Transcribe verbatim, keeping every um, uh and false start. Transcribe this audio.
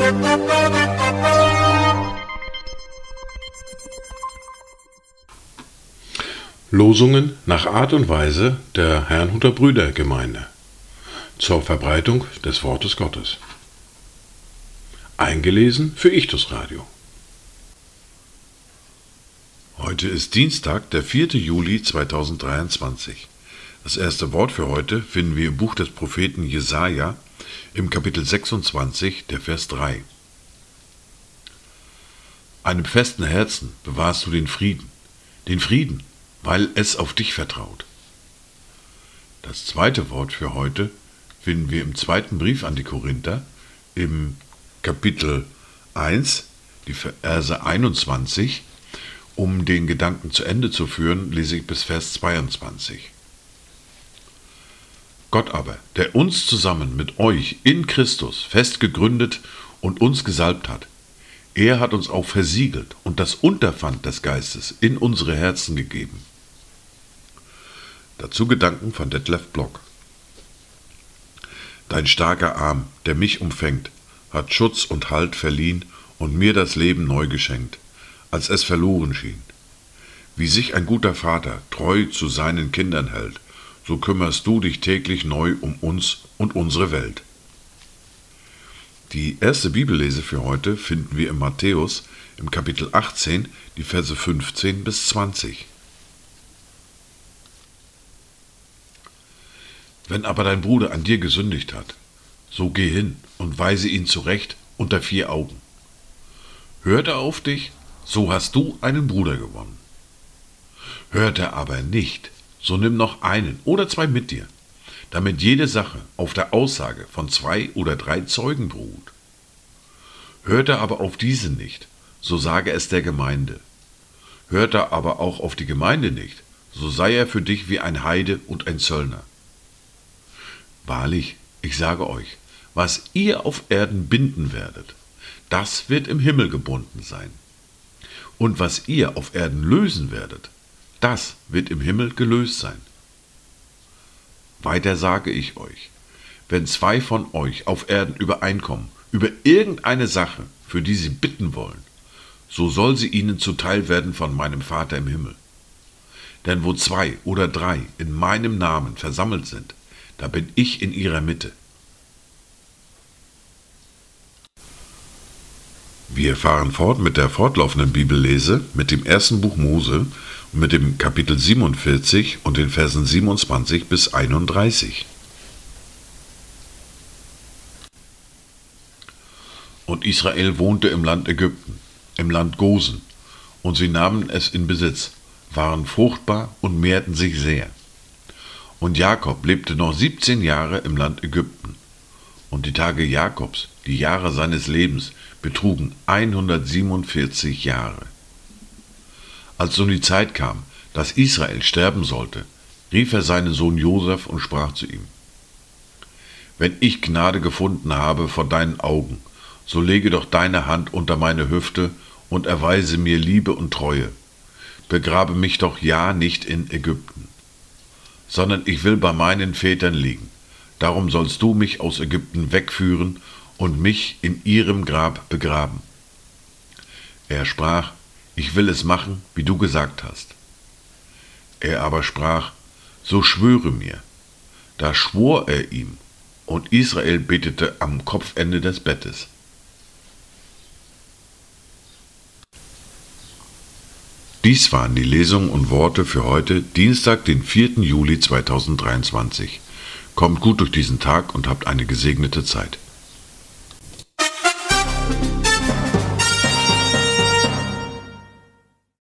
Losungen nach Art und Weise der Herrnhuter Brüdergemeinde zur Verbreitung des Wortes Gottes. Eingelesen für Ichtus Radio. Heute ist Dienstag, der vierte Juli zweitausenddreiundzwanzig. Das erste Wort für heute finden wir im Buch des Propheten Jesaja im Kapitel sechsundzwanzig, der Vers drei. Einem festen Herzen bewahrst du den Frieden, den Frieden, weil es auf dich vertraut. Das zweite Wort für heute finden wir im zweiten Brief an die Korinther im Kapitel eins, die Verse einundzwanzig. Um den Gedanken zu Ende zu führen, lese ich bis Vers zweiundzwanzig. Gott aber, der uns zusammen mit euch in Christus fest gegründet und uns gesalbt hat, er hat uns auch versiegelt und das Unterpfand des Geistes in unsere Herzen gegeben. Dazu Gedanken von Detlef Block. Dein starker Arm, der mich umfängt, hat Schutz und Halt verliehen und mir das Leben neu geschenkt, als es verloren schien. Wie sich ein guter Vater treu zu seinen Kindern hält, so kümmerst du dich täglich neu um uns und unsere Welt. Die erste Bibellese für heute finden wir in Matthäus im Kapitel achtzehn, die Verse fünfzehn bis zwanzig. Wenn aber dein Bruder an dir gesündigt hat, so geh hin und weise ihn zurecht unter vier Augen. Hört er auf dich, so hast du einen Bruder gewonnen. Hört er aber nicht, so nimm noch einen oder zwei mit dir, damit jede Sache auf der Aussage von zwei oder drei Zeugen beruht. Hört er aber auf diese nicht, so sage es der Gemeinde. Hört er aber auch auf die Gemeinde nicht, so sei er für dich wie ein Heide und ein Zöllner. Wahrlich, ich sage euch, was ihr auf Erden binden werdet, das wird im Himmel gebunden sein. Und was ihr auf Erden lösen werdet, das wird im Himmel gelöst sein. Weiter sage ich euch, wenn zwei von euch auf Erden übereinkommen, über irgendeine Sache, für die sie bitten wollen, so soll sie ihnen zuteil werden von meinem Vater im Himmel. Denn wo zwei oder drei in meinem Namen versammelt sind, da bin ich in ihrer Mitte. Wir fahren fort mit der fortlaufenden Bibellese, mit dem ersten Buch Mose und mit dem Kapitel siebenundvierzig und den Versen siebenundzwanzig bis einunddreißig. Und Israel wohnte im Land Ägypten, im Land Gosen, und sie nahmen es in Besitz, waren fruchtbar und mehrten sich sehr. Und Jakob lebte noch siebzehn Jahre im Land Ägypten. Und die Tage Jakobs, die Jahre seines Lebens, betrugen hundertsiebenundvierzig Jahre. Als nun die Zeit kam, dass Israel sterben sollte, rief er seinen Sohn Josef und sprach zu ihm: Wenn ich Gnade gefunden habe vor deinen Augen, so lege doch deine Hand unter meine Hüfte und erweise mir Liebe und Treue. Begrabe mich doch ja nicht in Ägypten, sondern ich will bei meinen Vätern liegen. Darum sollst du mich aus Ägypten wegführen und mich in ihrem Grab begraben. Er sprach: Ich will es machen, wie du gesagt hast. Er aber sprach: So schwöre mir. Da schwor er ihm, und Israel betete am Kopfende des Bettes. Dies waren die Lesungen und Worte für heute, Dienstag, den vierten Juli zweitausenddreiundzwanzig. Kommt gut durch diesen Tag und habt eine gesegnete Zeit.